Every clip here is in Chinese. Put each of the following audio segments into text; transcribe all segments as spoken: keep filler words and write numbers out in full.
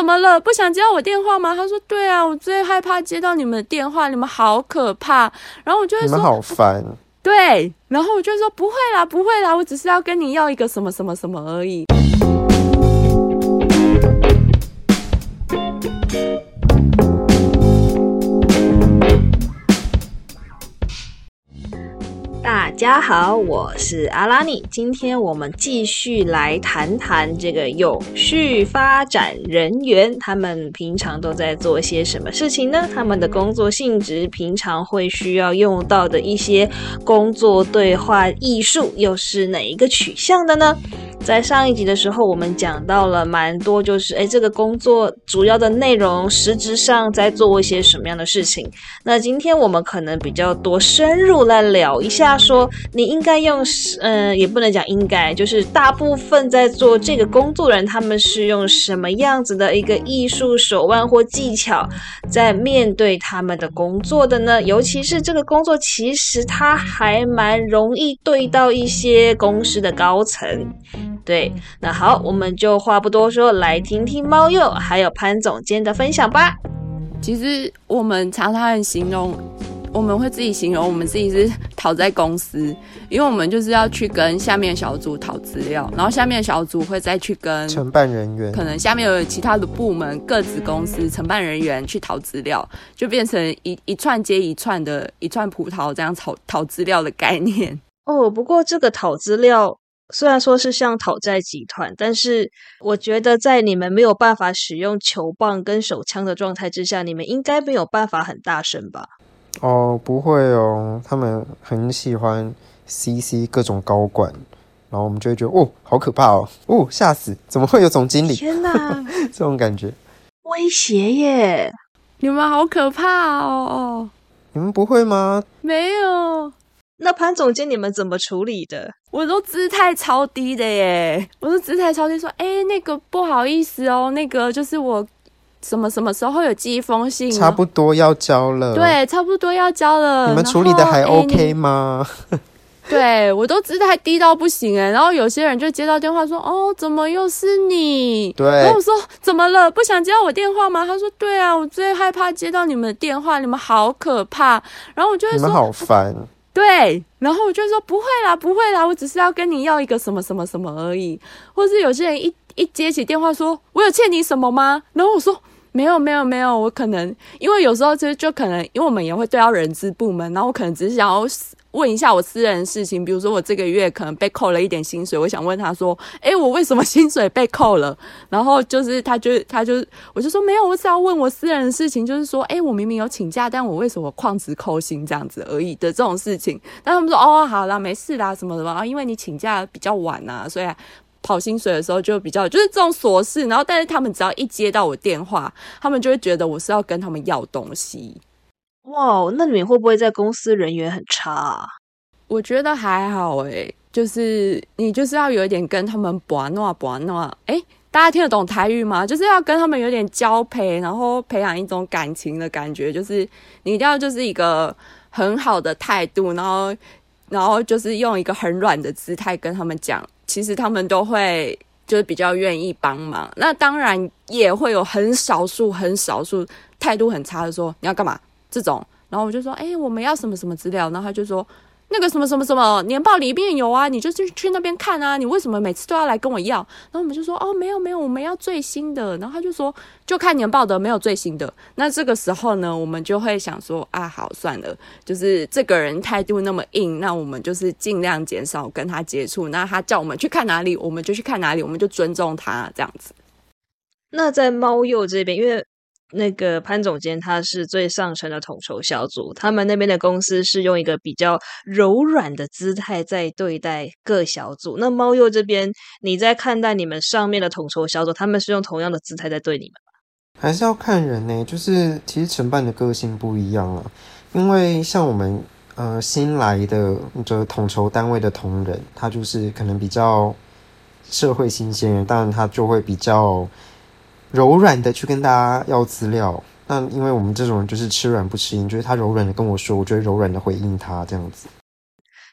么了？不想接到我电话吗？他说对啊，我最害怕接到你们的电话，你们好可怕。然后我就会说你们好烦。 对，然后我就说不会啦不会啦，我只是要跟你要一个什么什么什么而已。 大家好，我是阿拉尼，今天我们继续来谈谈这个永续发展人员，他们平常都在做些什么事情呢？他们的工作性质，平常会需要用到的一些工作对话艺术，又是哪一个取向的呢？在上一集的时候，我们讲到了蛮多，就是诶这个工作主要的内容，实质上在做一些什么样的事情。那今天我们可能比较多深入来聊一下说，你应该用呃也不能讲应该，就是大部分在做这个工作的人，他们是用什么样子的一个艺术手腕或技巧在面对他们的工作的呢？尤其是这个工作其实它还蛮容易对到一些公司的高层。对，那好，我们就话不多说，来听听猫鼬还有潘总监的分享吧。 其实我们常常形容，我们会自己形容我们自己是讨在公司，因为我们就是要去跟下面小组讨资料，然后下面小组会再去跟承办人员， 可能下面有其他的部门、各子公司承办人员去讨资料，就变成一一串接一串的一串葡萄这样讨讨资料的概念。 哦，不过这个讨资料虽然说是像讨债集团，但是我觉得在你们没有办法使用球棒跟手枪的状态之下，你们应该没有办法很大声吧？ 哦，不会哦，他们很喜欢 C C 各种高管，然后我们就会觉得哦，好可怕哦，哦，吓死，怎么会有总经理？ 天哪， 这种感觉， 威胁耶！ 你们好可怕哦！ 你们不会吗？ 没有。 那潘总监你们怎么处理的？ 我都姿态超低的耶，我都姿态超低说，哎、欸，那个不好意思哦，那个就是我什么什么时候有寄一封信， 差不多要交了， 对，差不多要交了， 你们处理的还 OK 吗？ 欸、对，我都姿态低到不行哎，然后有些人就接到电话说，哦，怎么又是你？ 对， 然后我说怎么了？不想接到我电话吗？他说对啊，我最害怕接到你们的电话，你们好可怕。然后我就会说你们好烦。 对，然后我就说不会啦不会啦，我只是要跟你要一个什么什么什么而已。或是有些人一一接起电话说，我有欠你什么吗？然后我说没有没有没有，我可能因为有时候就就可能因为我们也会对到人资部门，然后我可能只是想要问一下我私人的事情，比如说我这个月可能被扣了一点薪水，我想问他说，诶，我为什么薪水被扣了？然后就是他就他就我就说没有，我只要问我私人的事情，就是说，诶，我明明有请假，但我为什么旷职扣薪这样子而已的这种事情。但他们说哦，好啦，没事啦，什么什么啊，因为你请假比较晚啊，所以跑薪水的时候就比较就是这种琐事。然后但是他们只要一接到我电话，他们就会觉得我是要跟他们要东西。 哇，那你们会不会在公司人缘很差啊？ 我觉得还好诶，就是你就是要有一点跟他们拔诺拔诺，诶，大家听得懂台语吗？就是要跟他们有点交配，然后培养一种感情的感觉，就是你一定要就是一个很好的态度，然后然后就是用一个很软的姿态跟他们讲，其实他们都会就是比较愿意帮忙。那当然也会有很少数很少数态度很差的说你要干嘛这种，然后我就说诶，我们要什么什么资料，然后他就说那个什么什么什么年报里面有啊，你就去去那边看啊，你为什么每次都要来跟我要？然后我们就说哦没有没有，我们要最新的。然后他就说就看年报的，没有最新的。那这个时候呢，我们就会想说啊好算了，就是这个人态度那么硬，那我们就是尽量减少跟他接触。那他叫我们去看哪里，我们就去看哪里，我们就尊重他这样子。 那在猫鼬这边，因为那个潘总监他是最上层的统筹小组，他们那边的公司是用一个比较柔软的姿态在对待各小组。那猫鼬这边，你在看待你们上面的统筹小组，他们是用同样的姿态在对你们吗？ 还是要看人呢，就是其实承办的个性不一样啊。因为像我们呃新来的这统筹单位的同仁，他就是可能比较社会新鲜人，当然他就会比较柔软的去跟大家要资料。那因为我们这种人就是吃软不吃硬，就是他柔软的跟我说，我就会柔软的回应他这样子。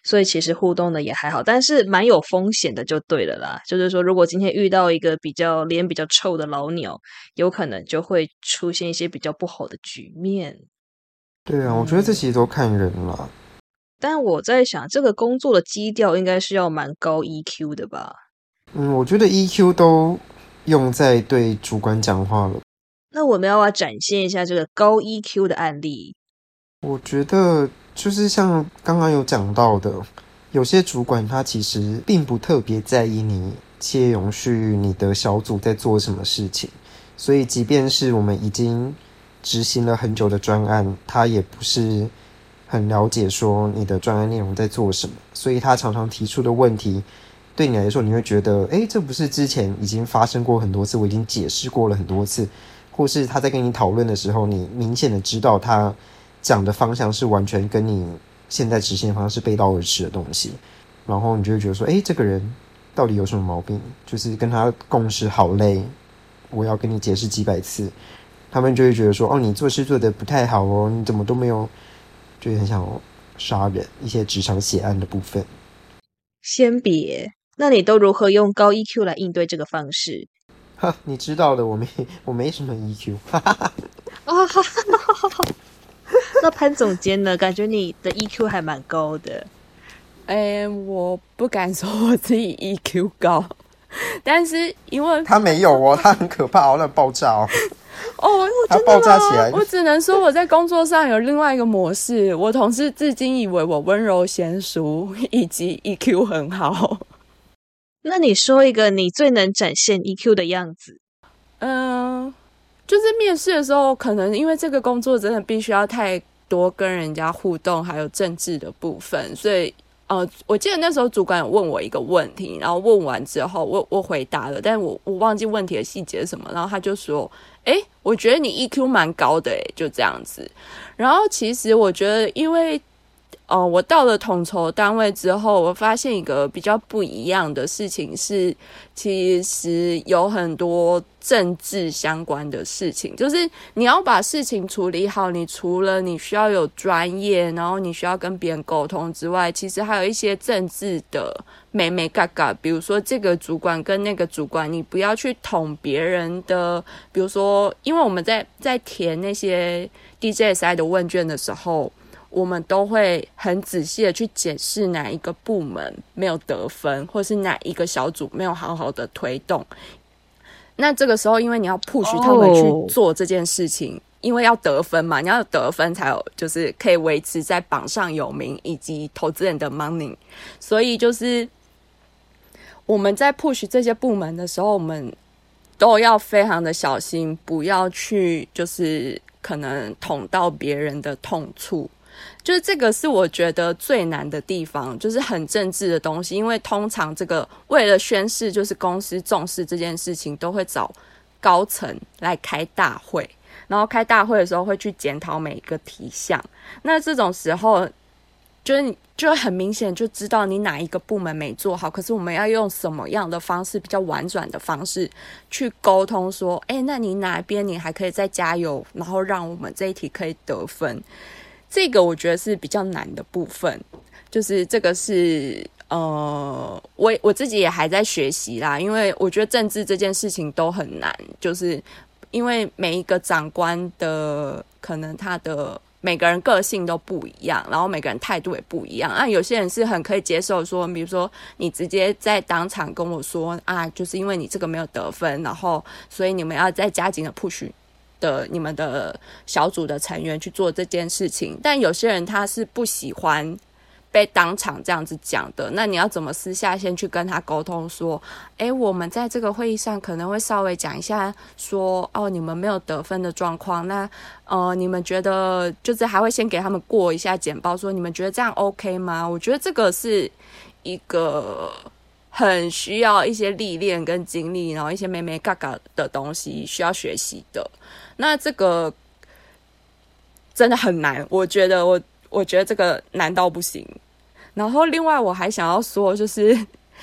所以其实互动的也还好，但是蛮有风险的就对了啦。就是说如果今天遇到一个比较脸比较臭的老鸟，有可能就会出现一些比较不好的局面。 对啊，我觉得这其实都看人啦。 但我在想这个工作的基调应该是要蛮高 E Q 的吧。 嗯，我觉得 E Q 都用在对主管讲话了。 那我们要不要展现一下这个高 E Q 的案例？ 我觉得就是像刚刚有讲到的，有些主管他其实并不特别在意你企业永续你的小组在做什么事情，所以即便是我们已经执行了很久的专案，他也不是很了解说你的专案内容在做什么，所以他常常提出的问题对你来说你会觉得诶，这不是之前已经发生过很多次，我已经解释过了很多次，或是他在跟你讨论的时候你明显的知道他讲的方向是完全跟你现在执行的方式背道而驰的东西，然后你就会觉得说诶，这个人到底有什么毛病，就是跟他共事好累，我要跟你解释几百次，他们就会觉得说哦，你做事做得不太好哦，你怎么都没有，就很想杀人，一些职场血案的部分。 先别，那你都如何用高 E Q 来应对这个方式？ 哈，你知道的，我没我没什么 E Q。哈哈哈。 啊哈哈。那潘总监呢？感觉你的 E Q 还蛮高的。 哎，我不敢说我自己 E Q 高，但是因为他没有哦，他很可怕哦，那爆炸哦。 哦， 他爆炸起来， 我只能说我在工作上有另外一个模式。我同事至今以为我温柔娴熟，以及 E Q 很好。 那你说一个你最能展现 E Q 的样子？ 嗯、呃，就是面试的时候，可能因为这个工作真的必须要太多跟人家互动，还有政治的部分，所以呃，我记得那时候主管有问我一个问题，然后问完之后，我我回答了，但我我忘记问题的细节是什么，然后他就说：“哎，我觉得你 E Q 蛮高的，哎，就这样子。”然后其实我觉得，因为呃，我到了统筹单位之后，我发现一个比较不一样的事情是，其实有很多政治相关的事情，就是你要把事情处理好，你除了你需要有专业，然后你需要跟别人沟通之外，其实还有一些政治的眉眉角角，比如说这个主管跟那个主管，你不要去捅别人的，比如说，因为我们在在填那些 D J S I 的问卷的时候，我们都会很仔细的去检视哪一个部门没有得分，或是哪一个小组没有好好的推动。那这个时候，因为你要 push 他们去做这件事情， oh. 因为要得分嘛，你要得分才有，就是可以维持在榜上有名，以及投资人的 money。所以就是我们在 push 这些部门的时候，我们都要非常的小心，不要去就是可能捅到别人的痛处。就是这个是我觉得最难的地方，就是很政治的东西，因为通常这个为了宣示就是公司重视这件事情，都会找高层来开大会，然后开大会的时候会去检讨每一个题项，那这种时候就是就很明显就知道你哪一个部门没做好，可是我们要用什么样的方式，比较婉转的方式去沟通说，哎，那你哪边你还可以再加油，然后让我们这一题可以得分。这个我觉得是比较难的部分，就是这个是呃，我我自己也还在学习啦，因为我觉得政治这件事情都很难，就是因为每一个长官的可能他的每个人个性都不一样，然后每个人态度也不一样啊。有些人是很可以接受说，比如说你直接在当场跟我说啊，就是因为你这个没有得分，然后所以你们要再加紧的 push。的你们的小组的成员去做这件事情，但有些人他是不喜欢被当场这样子讲的，那你要怎么私下先去跟他沟通说，诶，我们在这个会议上可能会稍微讲一下说，哦，你们没有得分的状况，那呃，你们觉得就是还会先给他们过一下简报说，你们觉得这样 OK 吗？我觉得这个是一个很需要一些历练跟经历，然后一些眉眉角角的东西需要学习的。那这个真的很难，我觉得我我觉得这个难到不行。然后另外我还想要说，就是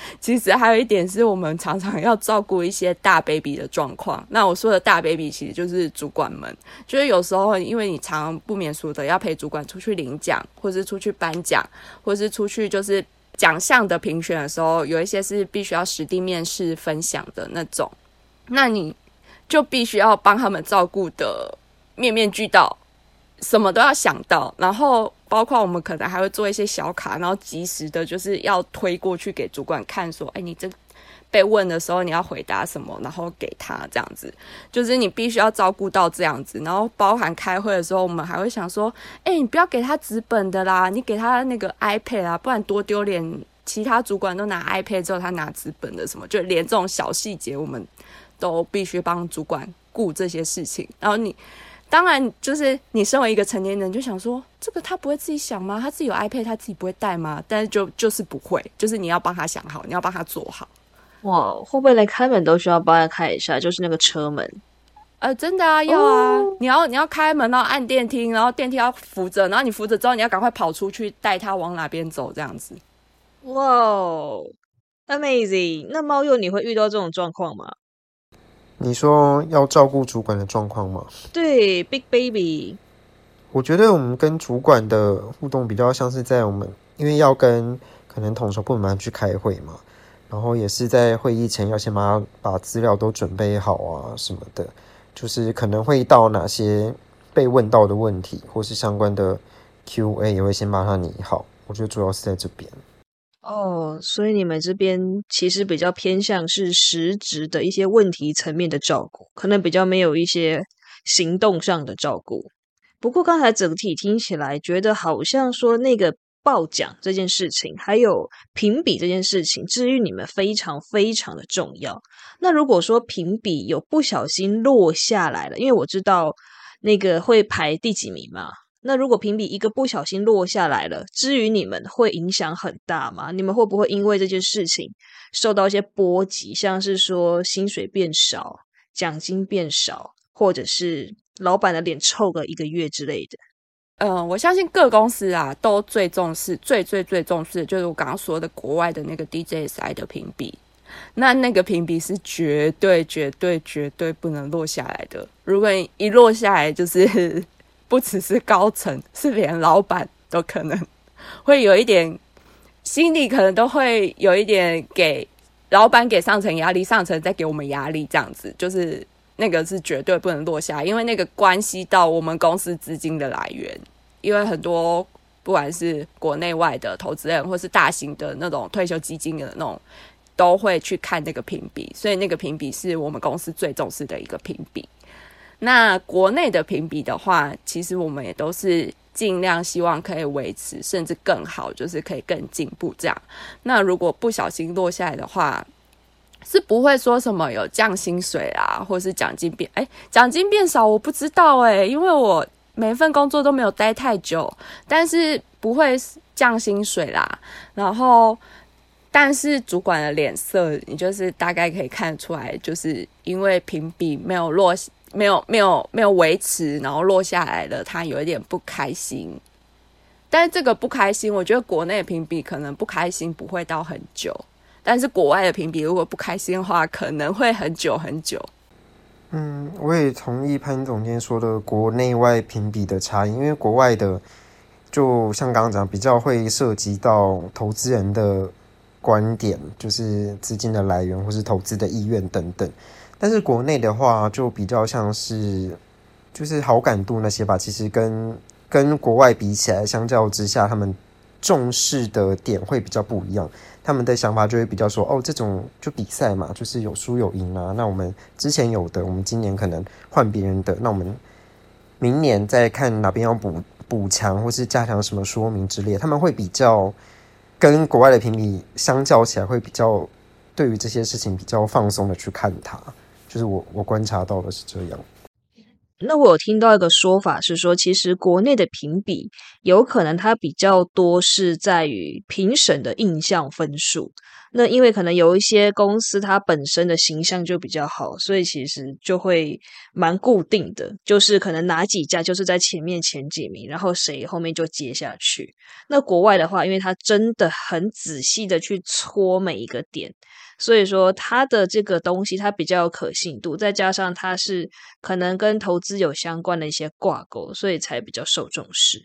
其实还有一点是我们常常要照顾一些大 baby 的状况。那我说的大 baby 其实就是主管们，就是有时候因为你常常不免俗的要陪主管出去领奖，或是出去颁奖，或是出去就是奖项的评选的时候，有一些是必须要实地面试分享的那种，那你就必须要帮他们照顾的面面俱到，什么都要想到，然后包括我们可能还会做一些小卡，然后及时的就是要推过去给主管看说，哎，你这被问的时候你要回答什么，然后给他这样子，就是你必须要照顾到这样子。然后包含开会的时候，我们还会想说，哎，你不要给他纸本的啦，你给他那个 iPad 啦，不然多丢脸。其他主管都拿 iPad 之后，他拿纸本的什么，就连这种小细节，我们都必须帮主管顾这些事情。然后你当然就是你身为一个成年人，就想说这个他不会自己想吗？他自己有 iPad 他自己不会带吗？但是就就是不会，就是你要帮他想好，你要帮他做好。 哇，会不会连开门都需要帮他开一下？就是那个车门。 呃，真的啊，要啊，哦、你要你要开门，然后按电梯，然后电梯要扶着，然后你扶着之后，你要赶快跑出去带他往哪边走，这样子。 哇、wow, ，amazing！ 那猫鼬你会遇到这种状况吗？ 你说要照顾主管的状况吗？ 对 ，Big Baby。 我觉得我们跟主管的互动比较像是在我们，因为要跟可能统筹部门去开会嘛，然后也是在会议前要先把把资料都准备好啊什么的，就是可能会到哪些被问到的问题，或是相关的 Q A 也会先把它拟好。我觉得主要是在这边。 哦，所以你们这边其实比较偏向是实质的一些问题层面的照顾，可能比较没有一些行动上的照顾。不过刚才整体听起来，觉得好像说那个报奖这件事情，还有评比这件事情，至于你们非常非常的重要。那如果说评比有不小心落下来了，因为我知道那个会排第几名嘛。那如果评比一个不小心落下来了，至于你们会影响很大吗？你们会不会因为这件事情受到一些波及，像是说薪水变少、奖金变少，或者是老板的脸臭个一个月之类的？ 嗯，我相信各公司啊都最重视、最最最重视的就是我刚刚说的国外的那个 D J S I 的评比。那那个评比是绝对、绝对、绝对不能落下来的。如果一落下来，就是不只是高层，是连老板都可能会有一点，心里可能都会有一点给老板给上层压力，上层再给我们压力，这样子就是那个是绝对不能落下，因为那个关系到我们公司资金的来源，因为很多不管是国内外的投资人或是大型的那种退休基金的那种，都会去看那个评比，所以那个评比是我们公司最重视的一个评比。那国内的评比的话，其实我们也都是尽量希望可以维持，甚至更好，就是可以更进步这样。那如果不小心落下来的话，是不会说什么有降薪水啊，或是奖金变哎，奖金变少我不知道哎，因为我每一份工作都没有待太久，但是不会降薪水啦。然后，但是主管的脸色，你就是大概可以看出来，就是因为评比没有落。没有没有没有维持，然后落下来了，他有一点不开心。但是这个不开心，我觉得国内的评比可能不开心不会到很久，但是国外的评比如果不开心的话，可能会很久很久。 嗯，我也同意潘总监说的国内外评比的差异，因为国外的就像刚刚讲，比较会涉及到投资人的观点，就是资金的来源或是投资的意愿等等。但是国内的话就比较像是就是好感度那些吧，其实跟跟国外比起来，相较之下他们重视的点会比较不一样，他们的想法就会比较说，哦，这种就比赛嘛，就是有输有赢啊，那我们之前有的，我们今年可能换别人的，那我们明年再看哪边要补补强或是加强什么说明之类的，他们会比较跟国外的评比相较起来会比较对于这些事情比较放松的去看它。就是我我观察到的是这样。 那我有听到一个说法是说，其实国内的评比有可能它比较多是在于评审的印象分数。那因为可能有一些公司它本身的形象就比较好，所以其实就会蛮固定的，就是可能哪几家就是在前面前几名，然后谁后面就接下去。那国外的话，因为它真的很仔细的去戳每一个点，所以说它的这个东西它比较有可信度，再加上它是可能跟投资有相关的一些挂钩，所以才比较受重视。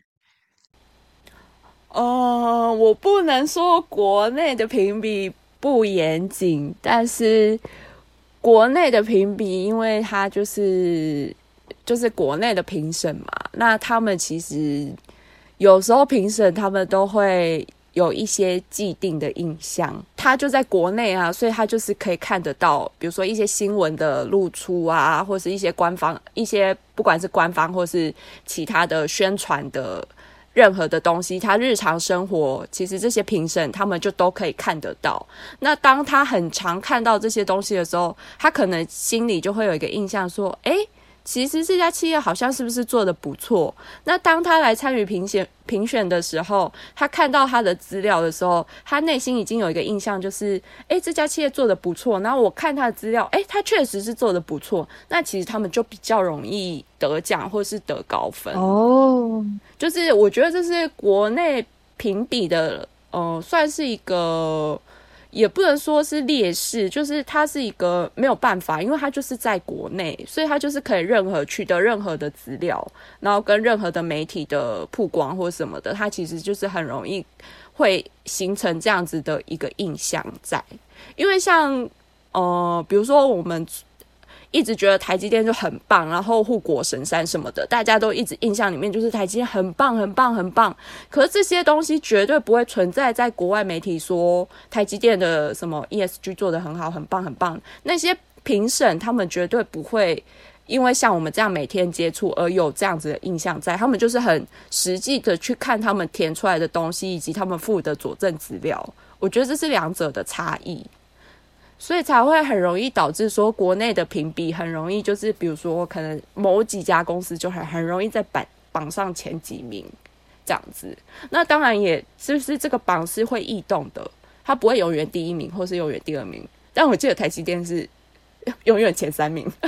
呃，我不能说国内的评比不严谨，但是国内的评比，因为它就是就是国内的评审嘛，那他们其实有时候评审他们都会有一些既定的印象，他就在国内啊，所以他就是可以看得到，比如说一些新闻的露出啊，或是一些官方一些不管是官方或是其他的宣传的任何的东西，他日常生活其实这些评审他们就都可以看得到。那当他很常看到这些东西的时候，他可能心里就会有一个印象说，诶，其实这家企业好像是不是做得不错。那当他来参与评选评选的时候，他看到他的资料的时候，他内心已经有一个印象，就是诶，这家企业做得不错，然后我看他的资料，诶，他确实是做得不错，那其实他们就比较容易得奖或是得高分。 哦， 就是我觉得这是国内评比的呃，算是一个也不能说是劣势，就是它是一个没有办法，因为它就是在国内，所以它就是可以任何取得任何的资料，然后跟任何的媒体的曝光或什么的，它其实就是很容易会形成这样子的一个印象在。因为像呃，比如说我们一直觉得台积电就很棒，然后护国神山什么的，大家都一直印象里面就是台积电很棒很棒很棒，可是这些东西绝对不会存在在国外媒体说台积电的什么 E S G 做得很好很棒很棒，那些评审他们绝对不会因为像我们这样每天接触而有这样子的印象在，他们就是很实际的去看他们填出来的东西以及他们附的佐证资料，我觉得这是两者的差异，所以才会很容易导致说国内的评比很容易就是比如说可能某几家公司就很很容易在榜榜上前几名这样子。那当然也是不是这个榜是会异动的，它不会永远第一名或是永远第二名，但我记得台积电是永远前三名。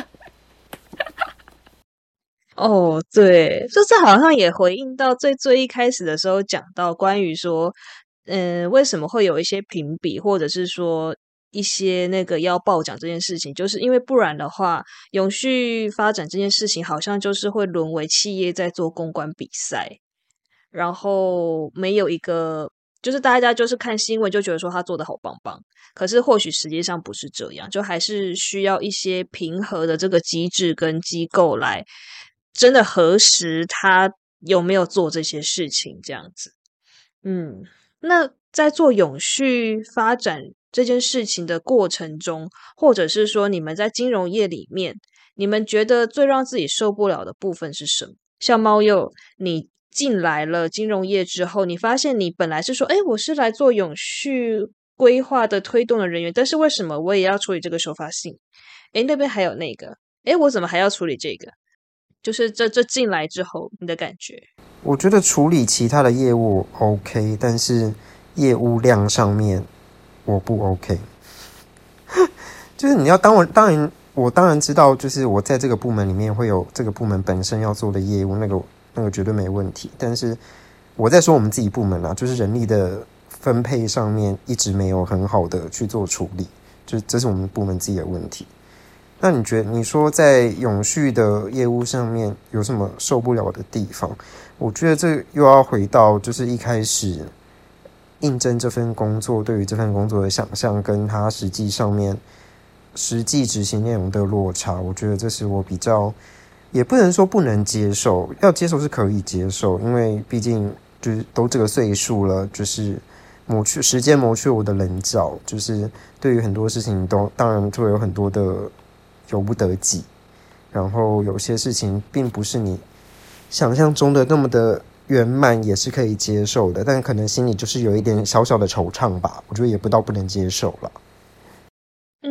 哦，对，就这好像也回应到最最一开始的时候讲到关于说，嗯，为什么会有一些评比，或者是说一些那个要报奖这件事情，就是因为不然的话，永续发展这件事情好像就是会沦为企业在做公关比赛，然后没有一个，就是大家就是看新闻就觉得说他做的好棒棒，可是或许实际上不是这样，就还是需要一些平和的这个机制跟机构来真的核实他有没有做这些事情这样子。嗯，那在做永续发展这件事情的过程中，或者是说你们在金融业里面，你们觉得最让自己受不了的部分是什么？像猫鼬，你进来了金融业之后，你发现你本来是说，诶，我是来做永续规划的推动的人员，但是为什么我也要处理这个收发信？诶，那边还有那个，诶，我怎么还要处理这个？就是这这进来之后你的感觉。 我觉得处理其他的业务 OK， 但是业务量上面我不 OK。就是你要当我当然我当然知道，就是我在这个部门里面会有这个部门本身要做的业务，那个那个绝对没问题。但是我在说我们自己部门啊，就是人力的分配上面一直没有很好的去做处理，就这是我们部门自己的问题。那你觉得你说在永续的业务上面有什么受不了的地方？我觉得这又要回到就是一开始应征这份工作，对于这份工作的想象跟他实际上面实际执行内容的落差，我觉得这是我比较也不能说不能接受，要接受是可以接受，因为毕竟就是都这个岁数了，就是磨去时间磨去我的棱角，就是对于很多事情都当然就会有很多的由不得己，然后有些事情并不是你想象中的那么的圆满，也是可以接受的，但可能心里就是有一点小小的惆怅吧，我觉得也不到不能接受了。 嗯，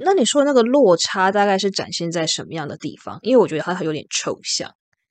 那你说的那个落差大概是展现在什么样的地方？因为我觉得它有点抽象。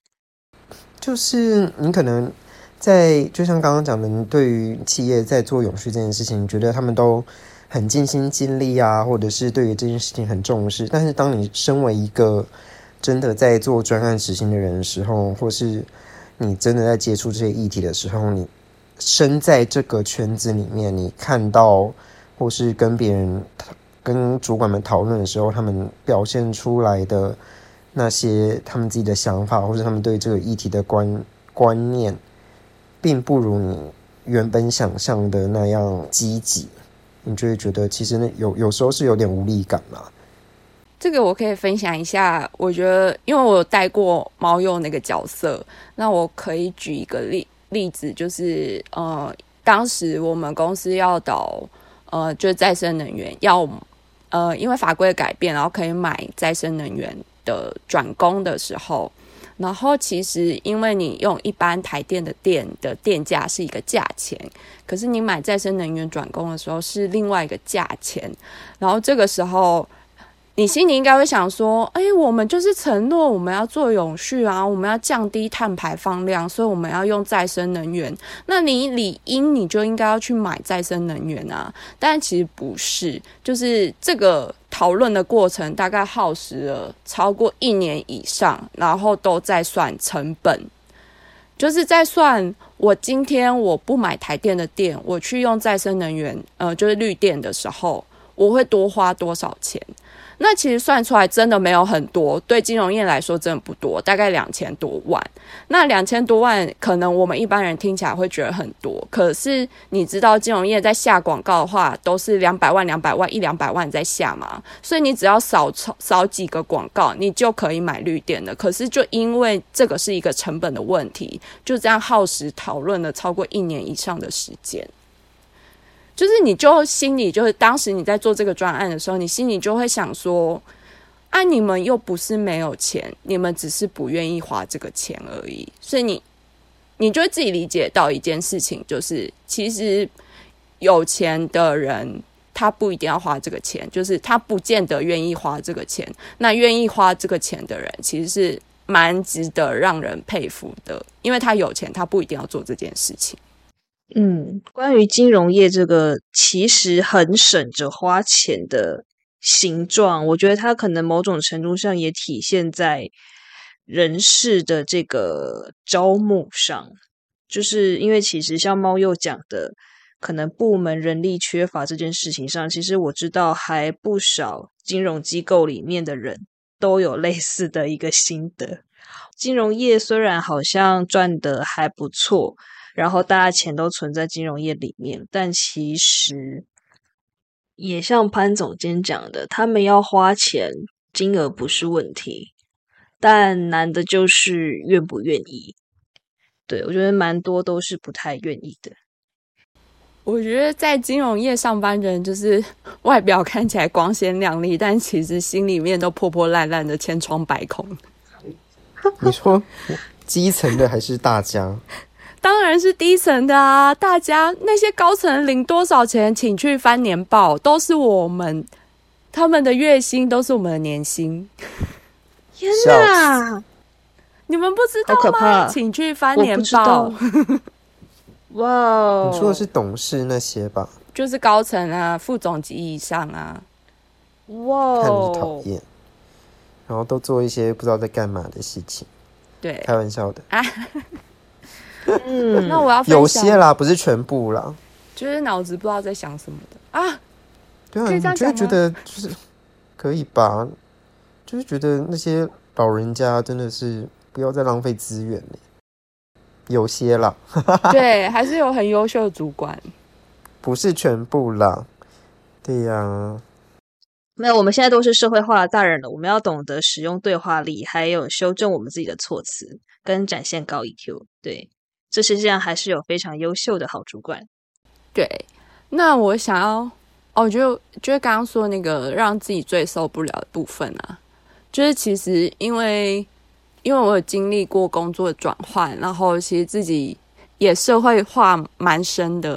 就是你可能在，就像刚刚讲的，你对于企业在做永续这件事情，你觉得他们都很尽心尽力啊，或者是对于这件事情很重视。但是当你身为一个真的在做专案执行的人的时候，或是你真的在接触这些议题的时候，你身在这个圈子里面，你看到或是跟别人、跟主管们讨论的时候，他们表现出来的那些他们自己的想法，或是他们对这个议题的观观念，并不如你原本想象的那样积极，你就会觉得其实那有有时候是有点无力感啦。 这个我可以分享一下，我觉得因为我有带过猫鼬那个角色，那我可以举一个例例子，就是呃，当时我们公司要导呃，就是再生能源，要呃，因为法规的改变，然后可以买再生能源的转供的时候，然后其实因为你用一般台电的电的电价是一个价钱，可是你买再生能源转供的时候是另外一个价钱，然后这个时候你心里应该会想说，哎，我们就是承诺我们要做永续啊，我们要降低碳排放量，所以我们要用再生能源，那你理应你就应该要去买再生能源啊。但其实不是，就是这个讨论的过程大概耗时了超过一年以上，然后都在算成本，就是在算我今天我不买台电的电，我去用再生能源呃，就是绿电的时候，我会多花多少钱。那其实算出来真的没有很多，对金融业来说真的不多，大概两千多万。那两千多万可能我们一般人听起来会觉得很多，可是你知道金融业在下广告的话都是两百万两百万一两百万在下嘛，所以你只要少少几个广告你就可以买绿电的。可是就因为这个是一个成本的问题，就这样耗时讨论了超过一年以上的时间。就是你就心里就是当时你在做这个专案的时候，你心里就会想说，啊，你们又不是没有钱，你们只是不愿意花这个钱而已。所以你你就会自己理解到一件事情，就是其实有钱的人他不一定要花这个钱，就是他不见得愿意花这个钱。那愿意花这个钱的人其实是蛮值得让人佩服的，因为他有钱，他不一定要做这件事情。 嗯，关于金融业这个其实很省着花钱的形状，我觉得它可能某种程度上也体现在人事的这个招募上，就是因为其实像猫又讲的，可能部门人力缺乏这件事情上，其实我知道还不少金融机构里面的人都有类似的一个心得。金融业虽然好像赚得还不错，然后大家钱都存在金融业里面，但其实也像潘总监讲的，他们要花钱，金额不是问题，但难的就是愿不愿意。对，我觉得蛮多都是不太愿意的。 我觉得在金融业上班的人，就是外表看起来光鲜亮丽，但其实心里面都破破烂烂的，千疮百孔。 你说基层的还是大家？ 当然是低层的啊！大家那些高层领多少钱，请去翻年报，都是我们他们的月薪，都是我们的年薪。 天哪！ 你们不知道吗？ 好可怕！ 请去翻年报。 哇哦！ 你说的是董事那些吧？ 就是高层啊，副总级以上啊。 哇哦！ 看着讨厌，然后都做一些不知道在干嘛的事情。 对， 开玩笑的啊。 嗯， 那我要分享有些啦，不是全部啦， 就是脑子不知道在想什么的啊。 对啊，你就会觉得就是可以吧，就是觉得那些老人家真的是不要再浪费资源了。有些啦， 对，还是有很优秀的主管， 不是全部啦。对呀、啊， 没有，我们现在都是社会化的大人了，我们要懂得使用对话力，还有修正我们自己的措辞，跟展现高 E Q。对。这世界上还是有非常优秀的好主管。 对，那我想要，哦，就就是刚刚说那个让自己最受不了的部分啊，就是其实因为因为我有经历过工作的转换，然后其实自己也社会化蛮深的，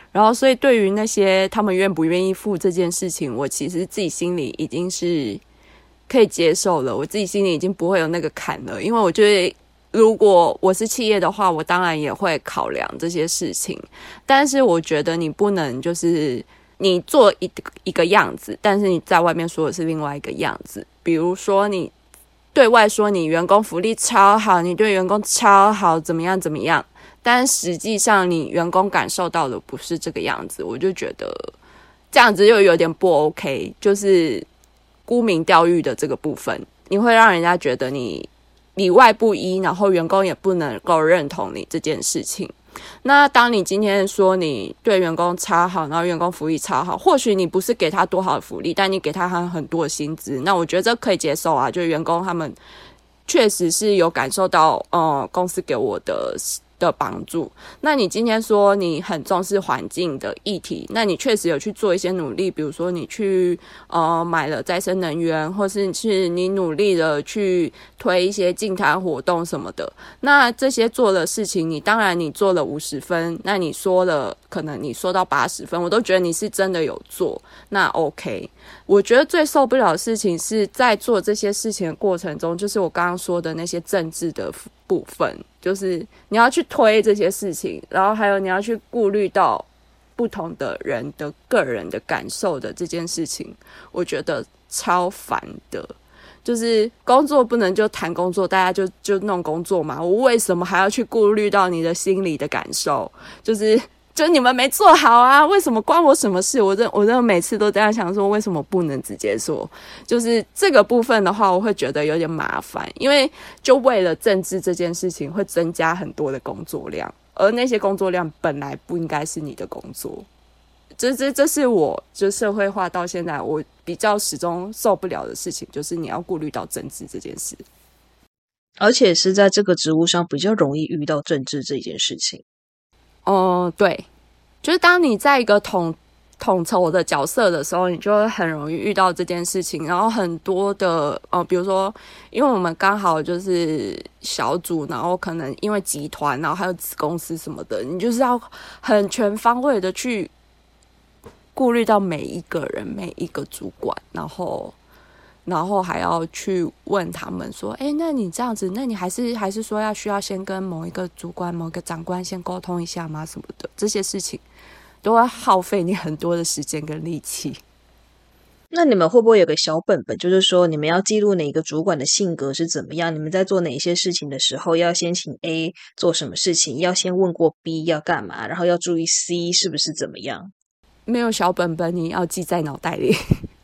然后所以对于那些他们愿不愿意付这件事情，我其实自己心里已经是可以接受了，我自己心里已经不会有那个坎了。因为我觉得如果我是企业的话，我当然也会考量这些事情，但是我觉得你不能就是你做一一个样子，但是你在外面说的是另外一个样子。比如说你对外说你员工福利超好，你对员工超好，怎么样怎么样，但实际上你员工感受到的不是这个样子，我就觉得这样子又有点不 OK， 就是沽名钓誉的这个部分，你会让人家觉得你里外不一，然后员工也不能够认同你这件事情。那当你今天说你对员工超好，然后员工福利超好，或许你不是给他多好的福利，但你给他很多的薪资，那我觉得这可以接受啊，就是员工他们确实是有感受到呃公司给我的的帮助。那你今天说你很重视环境的议题，那你确实有去做一些努力，比如说你去呃买了再生能源，或是是你努力的去推一些净滩活动什么的，那这些做的事情你当然你做了五十分，那你说了可能你说到八十分，我都觉得你是真的有做，那 OK。 我觉得最受不了的事情是在做这些事情的过程中，就是我刚刚说的那些政治的部分，就是你要去推这些事情，然后还有你要去顾虑到不同的人的个人的感受的这件事情，我觉得超烦的。就是工作不能就谈工作，大家就就弄工作嘛，我为什么还要去顾虑到你的心理的感受？就是就你们没做好啊，为什么关我什么事？我真我真的每次都这样想说，为什么不能直接说？就是这个部分的话，我会觉得有点麻烦，因为就为了政治这件事情会增加很多的工作量，而那些工作量本来不应该是你的工作。这这这是我就社会化到现在我比较始终受不了的事情，就是你要顾虑到政治这件事， 而且是在这个职务上比较容易遇到政治这件事情。 哦、嗯，对，就是当你在一个统统筹的角色的时候，你就会很容易遇到这件事情。然后很多的呃，比如说，因为我们刚好就是小组，然后可能因为集团，然后还有子公司什么的，你就是要很全方位的去顾虑到每一个人、每一个主管，然后。然后还要去问他们说，哎，那你这样子，那你还是还是说要需要先跟某一个主管、某一个长官先沟通一下吗？什么的，这些事情都会耗费你很多的时间跟力气。 那你们会不会有个小本本，就是说你们要记录哪个主管的性格是怎么样？你们在做哪些事情的时候，要先请 A 做什么事情，要先问过 B 要干嘛，然后要注意 C 是不是怎么样？ 没有小本本，你要记在脑袋里。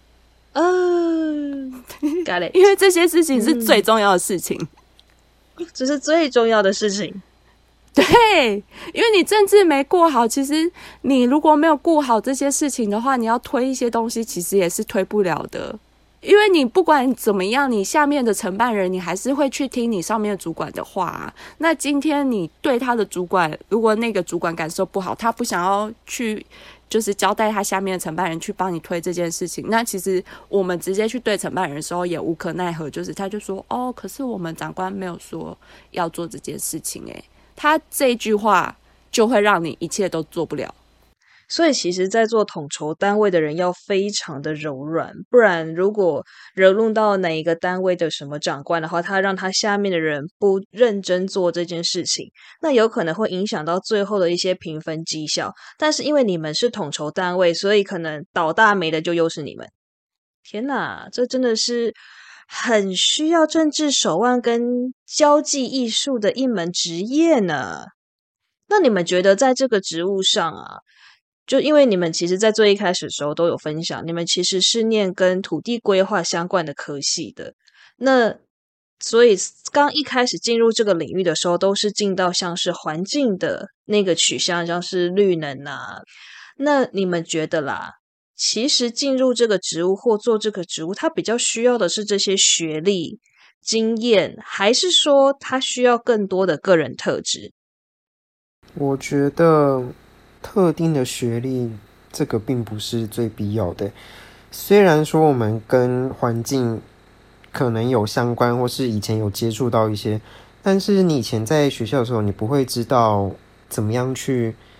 嗯、uh, ，got it， 因为这些事情是最重要的事情， 嗯、这是最重要的事情。 对，因为你政治没过好，其实你如果没有顾好这些事情的话，你要推一些东西，其实也是推不了的。因为你不管怎么样，你下面的承办人，你还是会去听你上面的主管的话啊。那今天你对他的主管，如果那个主管感受不好，他不想要去。就是交代他下面的承办人去帮你推这件事情，那其实我们直接去对承办人的时候也无可奈何，就是他就说哦，可是我们长官没有说要做这件事情诶，他这一句话就会让你一切都做不了。 所以其实在做统筹单位的人要非常的柔软，不然如果惹怒到哪一个单位的什么长官的话，他让他下面的人不认真做这件事情，那有可能会影响到最后的一些评分绩效。但是因为你们是统筹单位，所以可能倒大霉的就又是你们。天哪，这真的是很需要政治手腕跟交际艺术的一门职业呢。那你们觉得在这个职务上啊，就因为你们其实在最一开始的时候都有分享，你们其实是念跟土地规划相关的科系的，那所以刚一开始进入这个领域的时候都是进到像是环境的那个取向，像是绿能啊。那你们觉得啦，其实进入这个职务或做这个职务，它比较需要的是这些学历经验，还是说它需要更多的个人特质？ 我觉得特定的学历这个并不是最必要的，虽然说我们跟环境可能有相关，或是以前有接触到一些，但是你以前在学校的时候，你不会知道怎么样去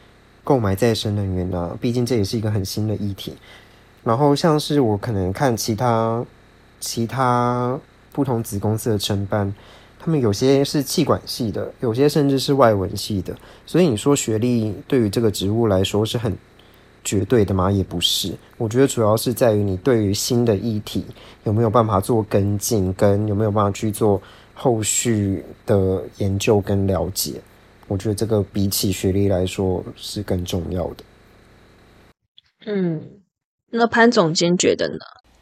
购买再生能源啊，毕竟这也是一个很新的议题。然后像是我可能看其他其他不同子公司的承办，他们有些是企管系的，有些甚至是外文系的，所以你说学历对于这个职务来说是很绝对的吗？也不是。我觉得主要是在于你对于新的议题有没有办法做跟进，跟有没有办法去做后续的研究跟了解。我觉得这个比起学历来说是更重要的。 嗯，那潘总监觉得呢？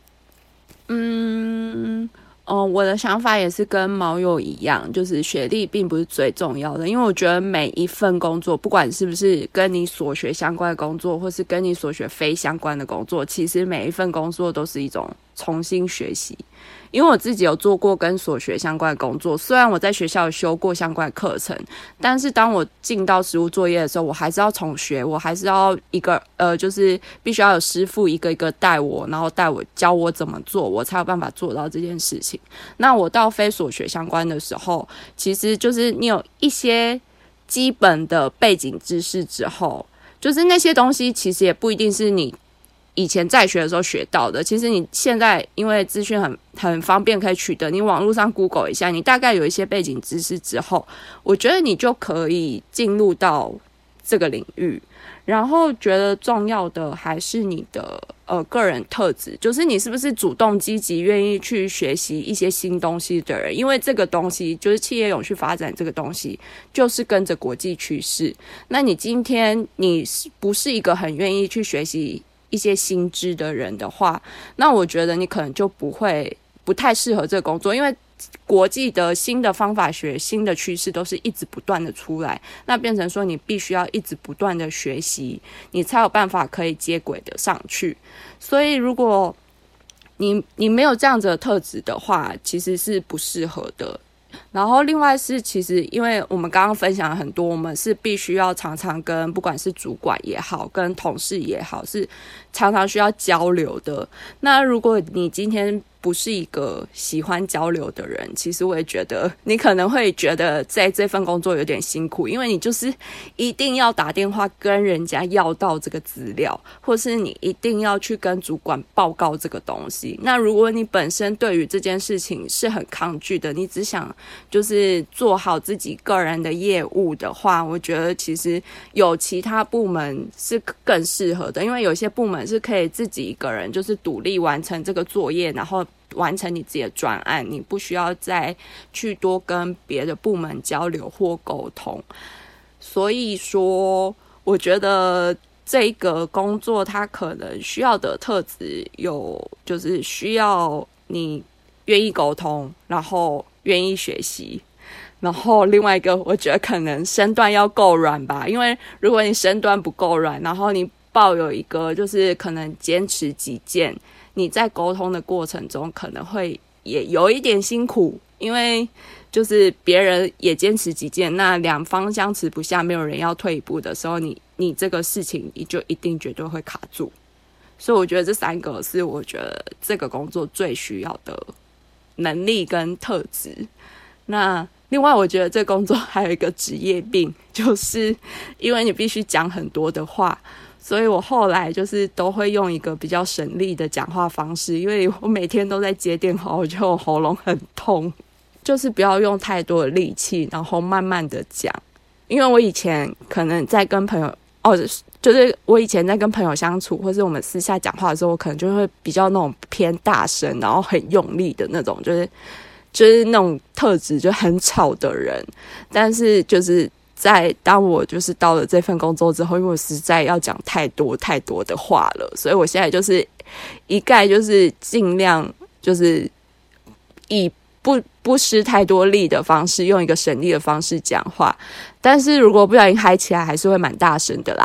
嗯，哦，我的想法也是跟毛友一样，就是学历并不是最重要的，因为我觉得每一份工作，不管是不是跟你所学相关的工作，或是跟你所学非相关的工作，其实每一份工作都是一种重新学习。因为我自己有做过跟所学相关的工作，虽然我在学校有修过相关的课程，但是当我进到实务作业的时候，我还是要重学，我还是要一个呃，就是必须要有师傅一个一个带我，然后带我教我怎么做，我才有办法做到这件事情。那我到非所学相关的时候，其实就是你有一些基本的背景知识之后，就是那些东西其实也不一定是你以前在学的时候学到的，其实你现在因为资讯很很方便可以取得，你网络上 Google 一下，你大概有一些背景知识之后，我觉得你就可以进入到这个领域。然后觉得重要的还是你的呃个人特质，就是你是不是主动积极愿意去学习一些新东西的人，因为这个东西就是企业永续发展，这个东西就是跟着国际趋势。那你今天你不是一个很愿意去学习一些新知的人的话，那我觉得你可能就不会不太适合这个工作，因为国际的新的方法学、新的趋势都是一直不断的出来，那变成说你必须要一直不断的学习，你才有办法可以接轨的上去。所以如果你你没有这样子的特质的话，其实是不适合的。然后另外是，其实因为我们刚刚分享了很多，我们是必须要常常跟不管是主管也好，跟同事也好，是常常需要交流的。那如果你今天不是一个喜欢交流的人，其实我也觉得你可能会觉得在这份工作有点辛苦，因为你就是一定要打电话跟人家要到这个资料，或是你一定要去跟主管报告这个东西。那如果你本身对于这件事情是很抗拒的，你只想就是做好自己个人的业务的话，我觉得其实有其他部门是更适合的，因为有些部门是可以自己一个人就是独立完成这个作业，然后完成你自己的专案，你不需要再去多跟别的部门交流或沟通。所以说我觉得这个工作它可能需要的特质有，就是需要你愿意沟通，然后愿意学习，然后另外一个我觉得可能身段要够软吧，因为如果你身段不够软，然后你抱有一个就是可能坚持己见，你在沟通的过程中可能会也有一点辛苦，因为就是别人也坚持己见，那两方相持不下，没有人要退一步的时候，你你这个事情你就一定绝对会卡住。所以我觉得这三个是我觉得这个工作最需要的能力跟特质。那另外我觉得这工作还有一个职业病，就是因为你必须讲很多的话，所以我后来就是都会用一个比较省力的讲话方式，因为我每天都在接电话，我觉得我喉咙很痛，就是不要用太多的力气，然后慢慢的讲。因为我以前可能在跟朋友哦，就是我以前在跟朋友相处，或是我们私下讲话的时候，我可能就会比较那种偏大声，然后很用力的那种，就是就是那种特质就很吵的人。但是就是在当我就是到了这份工作之后，因为我实在要讲太多太多的话了，所以我现在就是一概就是尽量就是以不不失太多力的方式，用一个省力的方式讲话。但是如果不小心嗨起来，还是会蛮大声的啦。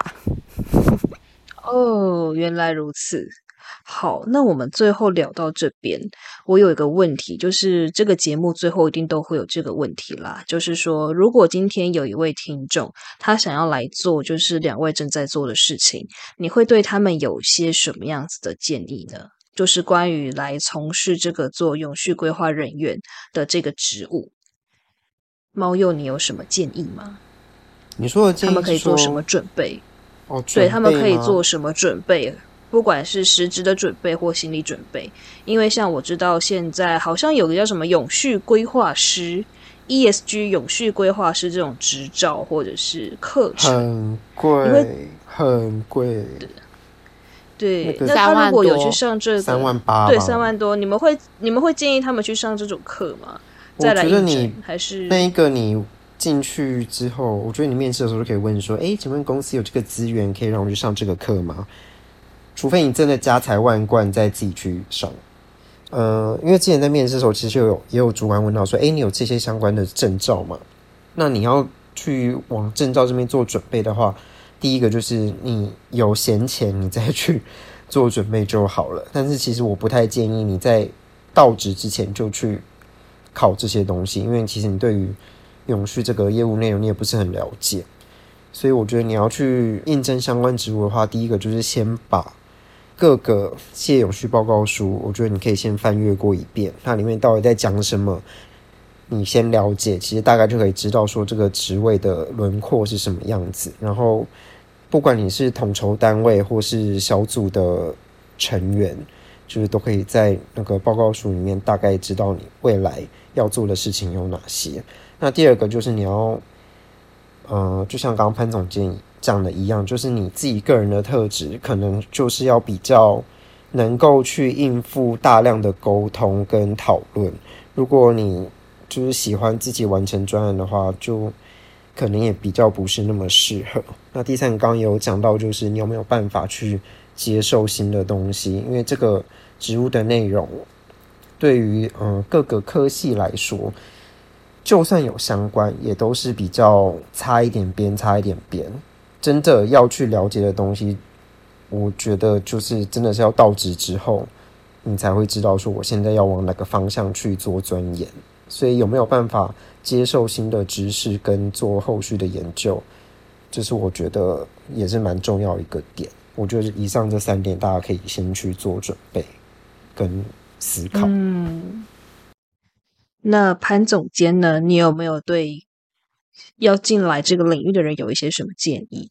哦，原来如此。好，那我们最后聊到这边，我有一个问题，就是这个节目最后一定都会有这个问题啦，就是说，如果今天有一位听众，他想要来做就是两位正在做的事情，你会对他们有些什么样子的建议呢？就是关于来从事这个做永续规划人员的这个职务，猫鼬，你有什么建议吗？ 你说的建议他们可以做是说什么准备？ 哦， 对，他们可以准备吗做什么准备？不管是实质的准备或心理准备，因为像我知道现在好像有个叫什么永续规划师 E S G 永续规划师这种执照或者是课程， 很贵，很贵。 对， 那个那他如果有去上这个三万八， 对，三万多，你们会你们会建议他们去上这种课吗？再来我觉得应征你还是那一个你进去之后，我觉得你面试的时候就可以问说，哎，请问公司有这个资源可以让我去上这个课吗？除非你真的家财万贯再自己去上。呃，因为之前在面试的时候，其实有也有主管问到说，哎，你有这些相关的证照吗？那你要去往证照这边做准备的话，第一个就是你有闲钱，你再去做准备就好了。但是其实我不太建议你在到职之前就去考这些东西，因为其实你对于永续这个业务内容你也不是很了解，所以我觉得你要去应征相关职务的话，第一个就是先把各个企业永续报告书，我觉得你可以先翻阅过一遍，它里面到底在讲什么，你先了解，其实大概就可以知道说这个职位的轮廓是什么样子。然后不管你是统筹单位或是小组的成员，就是都可以在那个报告书里面大概知道你未来要做的事情有哪些。那第二个就是你要呃，就像刚刚潘总监讲的一样，就是你自己个人的特质可能就是要比较能够去应付大量的沟通跟讨论。如果你就是喜欢自己完成专案的话，就可能也比较不是那么适合。那第三个刚刚也有讲到，就是你有没有办法去接受新的东西，因为这个职务的内容对于呃各个科系来说，就算有相关，也都是比较擦一点边，擦一点边。真的要去了解的东西，我觉得就是真的是要到职之后，你才会知道说我现在要往哪个方向去做钻研。所以有没有办法接受新的知识跟做后续的研究，这是我觉得也是蛮重要一个点。我觉得以上这三点大家可以先去做准备跟思考。 嗯，那潘总监呢？你有没有对要进来这个领域的人有一些什么建议？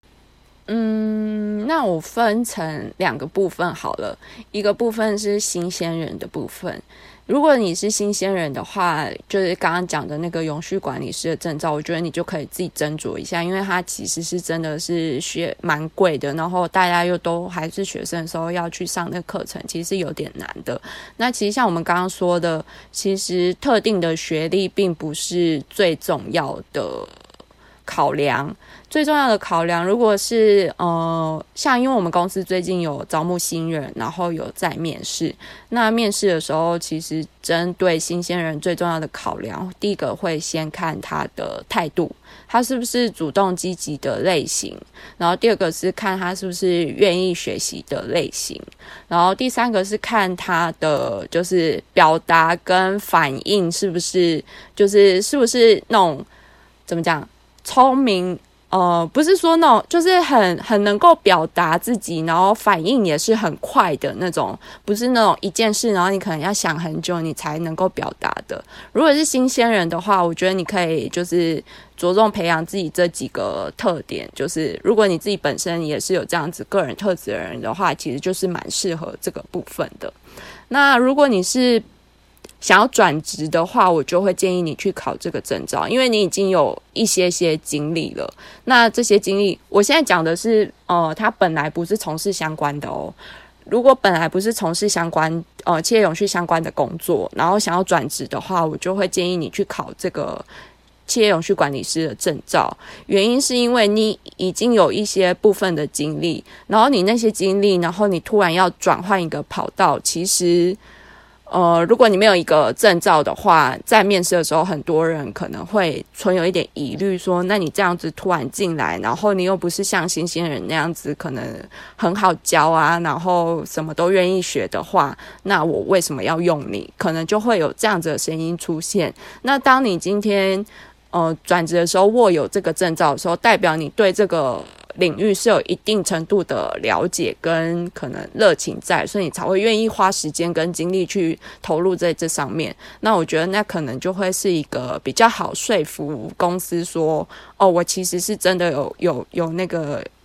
嗯，那我分成两个部分好了，一个部分是新鲜人的部分。如果你是新鲜人的话，就是刚刚讲的那个永续管理师的证照，我觉得你就可以自己斟酌一下，因为它其实是真的是学蛮贵的，然后大家又都还是学生的时候要去上那个课程，其实是有点难的。那其实像我们刚刚说的，其实特定的学历并不是最重要的考量，最重要的考量如果是呃，像因为我们公司最近有招募新人，然后有在面试，那面试的时候其实针对新鲜人最重要的考量，第一个会先看他的态度，他是不是主动积极的类型，然后第二个是看他是不是愿意学习的类型，然后第三个是看他的就是表达跟反应是不是就是是不是那种怎么讲聪明，呃，不是说那种就是很很能够表达自己，然后反应也是很快的那种，不是那种一件事然后你可能要想很久你才能够表达的。如果是新鲜人的话，我觉得你可以就是着重培养自己这几个特点，就是如果你自己本身也是有这样子个人特质的人的话，其实就是蛮适合这个部分的。那如果你是想要转职的话，我就会建议你去考这个证照，因为你已经有一些些经历了。那这些经历，我现在讲的是，呃，他本来不是从事相关的哦。如果本来不是从事相关，呃，企业永续相关的工作，然后想要转职的话，我就会建议你去考这个企业永续管理师的证照。原因是因为你已经有一些部分的经历，然后你那些经历，然后你突然要转换一个跑道，其实。呃，如果你没有一个证照的话，在面试的时候，很多人可能会存有一点疑虑，说，那你这样子突然进来，然后你又不是像新鲜人那样子，可能很好教啊，然后什么都愿意学的话，那我为什么要用你？可能就会有这样子的声音出现。那当你今天呃转职的时候握有这个证照的时候，代表你对这个领域是有一定程度的了解跟可能热情在，所以你才会愿意花时间跟精力去投入在这上面。那我觉得那可能就会是一个比较好说服公司说，哦，我其实是真的有有有那个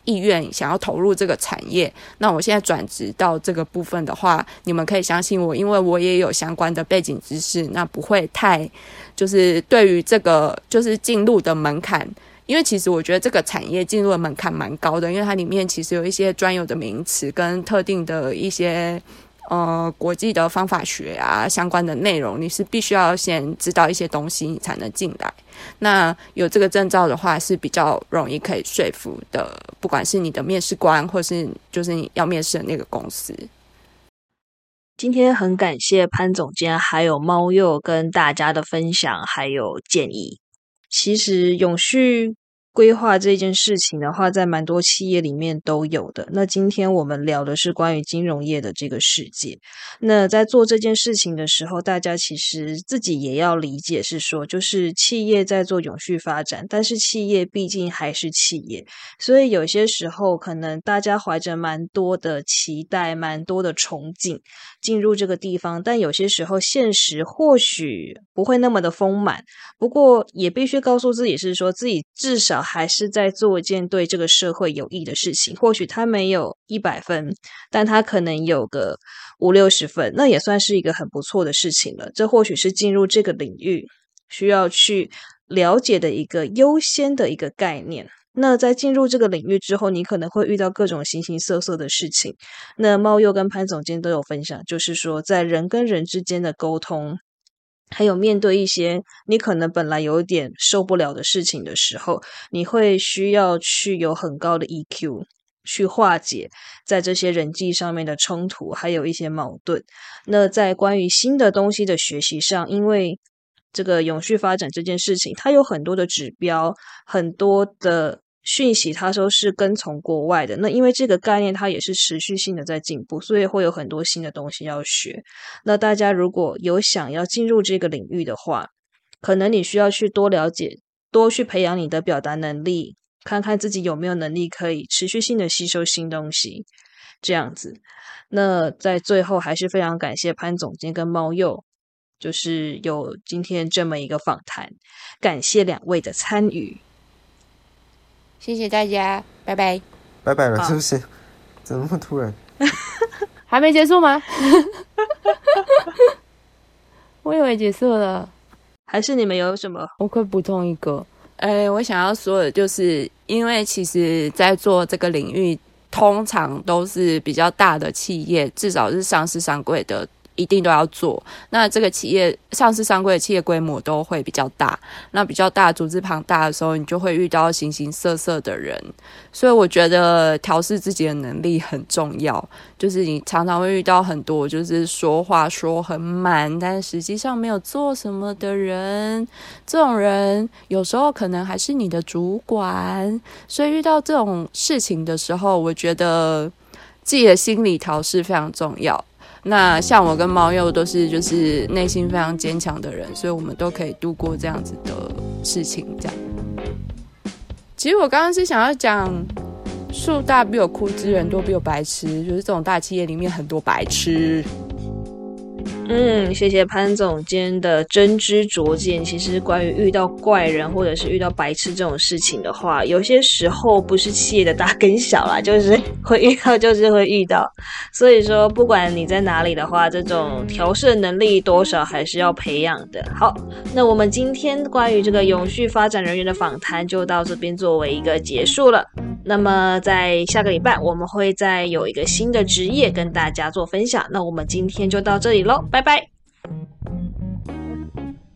意愿想要投入这个产业，那我现在转职到这个部分的话，你们可以相信我，因为我也有相关的背景知识，那不会太就是对于这个就是进入的门槛，因为其实我觉得这个产业进入的门槛蛮高的，因为它里面其实有一些专有的名词跟特定的一些呃国际的方法学啊相关的内容，你是必须要先知道一些东西你才能进来。那有这个证照的话是比较容易可以说服的，不管是你的面试官或是就是你要面试的那个公司。 今天很感谢潘总监还有猫鼬跟大家的分享还有建议。其实永续规划这件事情的话，在蛮多企业里面都有的。那今天我们聊的是关于金融业的这个世界。那在做这件事情的时候，大家其实自己也要理解是说，就是企业在做永续发展，但是企业毕竟还是企业，所以有些时候可能大家怀着蛮多的期待，蛮多的憧憬进入这个地方，但有些时候现实或许不会那么的丰满。不过也必须告诉自己是说，自己至少还是在做一件对这个社会有益的事情，或许他没有一百分，但他可能有个五六十分，那也算是一个很不错的事情了。这或许是进入这个领域需要去了解的一个优先的一个概念。那在进入这个领域之后，你可能会遇到各种形形色色的事情。那猫鼬跟潘总监都有分享，就是说在人跟人之间的沟通，还有面对一些你可能本来有点受不了的事情的时候，你会需要去有很高的 E Q 去化解在这些人际上面的冲突，还有一些矛盾。那在关于新的东西的学习上，因为这个永续发展这件事情，它有很多的指标，很多的讯息它都是跟从国外的，那因为这个概念它也是持续性的在进步，所以会有很多新的东西要学。那大家如果有想要进入这个领域的话，可能你需要去多了解，多去培养你的表达能力，看看自己有没有能力可以持续性的吸收新东西，这样子。那在最后还是非常感谢潘总监跟猫鼬，就是有今天这么一个访谈，感谢两位的参与。 谢谢大家，拜拜。 拜拜了，是不是？怎么那么突然？ 还没结束吗？我以为结束了。 还是你们有什么？ 我可以补充一个。呃，我想要说的就是，因为其实在做这个领域，通常都是比较大的企业，至少是上市上柜的，一定都要做。那这个企业上市上柜的企业规模都会比较大，那比较大组织庞大的时候，你就会遇到形形色色的人，所以我觉得调试自己的能力很重要。就是你常常会遇到很多就是说话说很满，但实际上没有做什么的人，这种人有时候可能还是你的主管，所以遇到这种事情的时候，我觉得自己的心理调试非常重要。那像我跟猫鼬都是就是内心非常坚强的人，所以我们都可以度过这样子的事情。这样，其实我刚刚是想要讲树大必有枯枝，人多必有白痴，就是这种大企业里面很多白痴。 嗯，谢谢潘总监的真知灼见。其实关于遇到怪人或者是遇到白痴这种事情的话，有些时候不是企业的大跟小啦，就是会遇到就是会遇到。所以说不管你在哪里的话，这种调试能力多少还是要培养的。好，那我们今天关于这个永续发展人员的访谈就到这边作为一个结束了。那么在下个礼拜我们会再有一个新的职业跟大家做分享，那我们今天就到这里咯，拜拜。